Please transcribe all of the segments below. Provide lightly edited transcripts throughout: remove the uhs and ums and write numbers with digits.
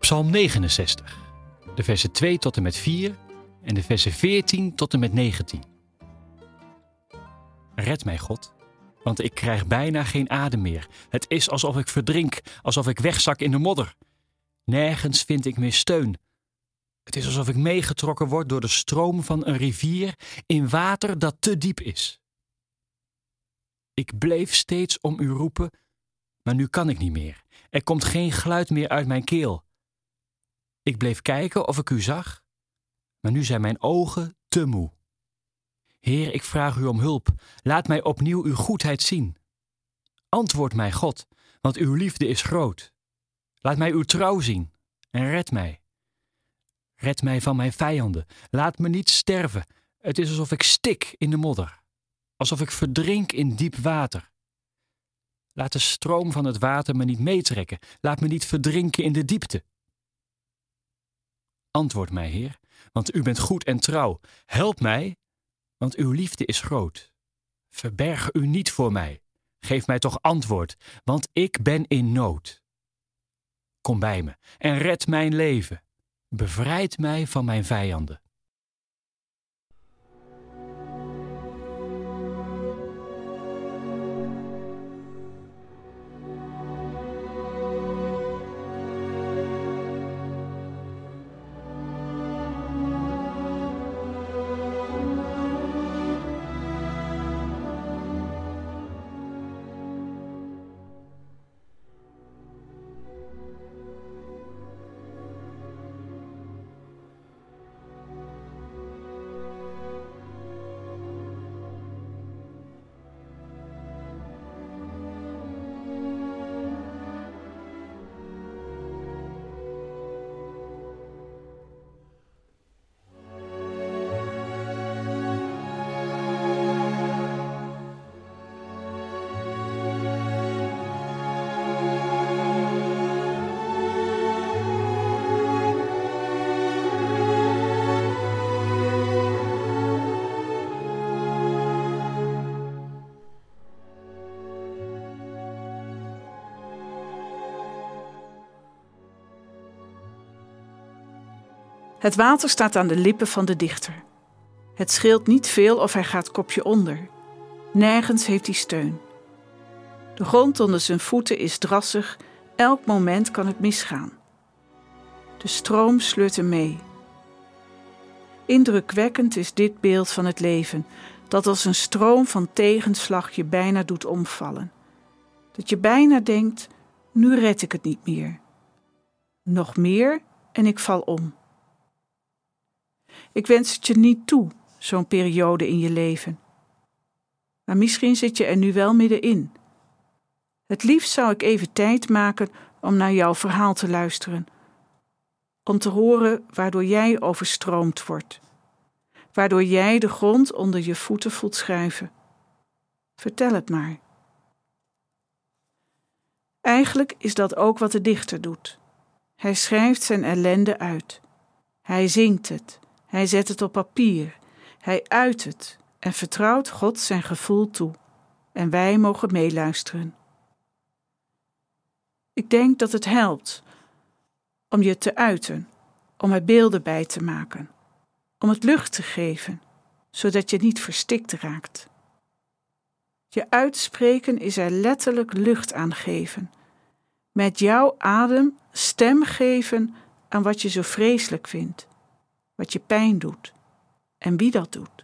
Psalm 69, de versen 2 tot en met 4 en de versen 14 tot en met 19. Red mij, God, want ik krijg bijna geen adem meer. Het is alsof ik verdrink, alsof ik wegzak in de modder. Nergens vind ik meer steun. Het is alsof ik meegetrokken word door de stroom van een rivier in water dat te diep is. Ik bleef steeds om u roepen, maar nu kan ik niet meer. Er komt geen geluid meer uit mijn keel. Ik bleef kijken of ik u zag, maar nu zijn mijn ogen te moe. Heer, ik vraag u om hulp. Laat mij opnieuw uw goedheid zien. Antwoord mij, God, want uw liefde is groot. Laat mij uw trouw zien en red mij. Red mij van mijn vijanden. Laat me niet sterven. Het is alsof ik stik in de modder. Alsof ik verdrink in diep water. Laat de stroom van het water me niet meetrekken. Laat me niet verdrinken in de diepte. Antwoord mij, Heer, want u bent goed en trouw. Help mij, want uw liefde is groot. Verberg u niet voor mij. Geef mij toch antwoord, want ik ben in nood. Kom bij me en red mijn leven. Bevrijd mij van mijn vijanden. Het water staat aan de lippen van de dichter. Het scheelt niet veel of hij gaat kopje onder. Nergens heeft hij steun. De grond onder zijn voeten is drassig, elk moment kan het misgaan. De stroom sleurt hem mee. Indrukwekkend is dit beeld van het leven, dat als een stroom van tegenslag je bijna doet omvallen. Dat je bijna denkt, nu red ik het niet meer. Nog meer en ik val om. Ik wens het je niet toe, zo'n periode in je leven. Maar misschien zit je er nu wel middenin. Het liefst zou ik even tijd maken om naar jouw verhaal te luisteren. Om te horen waardoor jij overstroomd wordt. Waardoor jij de grond onder je voeten voelt schuiven. Vertel het maar. Eigenlijk is dat ook wat de dichter doet. Hij schrijft zijn ellende uit. Hij zingt het. Hij zet het op papier. Hij uit het en vertrouwt God zijn gevoel toe. En wij mogen meeluisteren. Ik denk dat het helpt om je te uiten, om er beelden bij te maken, om het lucht te geven, zodat je niet verstikt raakt. Je uitspreken is er letterlijk lucht aan geven. Met jouw adem stem geven aan wat je zo vreselijk vindt, wat je pijn doet en wie dat doet.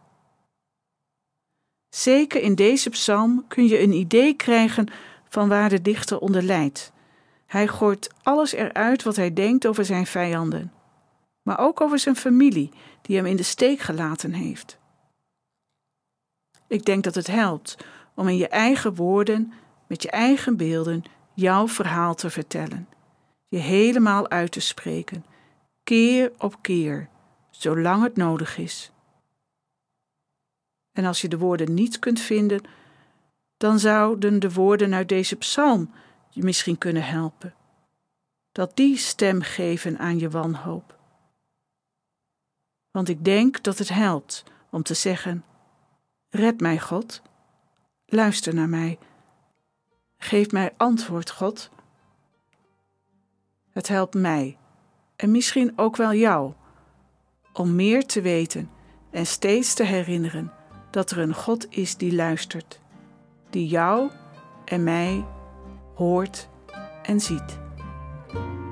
Zeker in deze psalm kun je een idee krijgen van waar de dichter onder lijdt. Hij gooit alles eruit wat hij denkt over zijn vijanden, maar ook over zijn familie die hem in de steek gelaten heeft. Ik denk dat het helpt om in je eigen woorden, met je eigen beelden, jouw verhaal te vertellen. Je helemaal uit te spreken, keer op keer, zolang het nodig is. En als je de woorden niet kunt vinden, dan zouden de woorden uit deze psalm je misschien kunnen helpen. Dat die stem geven aan je wanhoop. Want ik denk dat het helpt om te zeggen: red mij, God. Luister naar mij. Geef mij antwoord, God. Het helpt mij en misschien ook wel jou, om meer te weten en steeds te herinneren dat er een God is die luistert, die jou en mij hoort en ziet.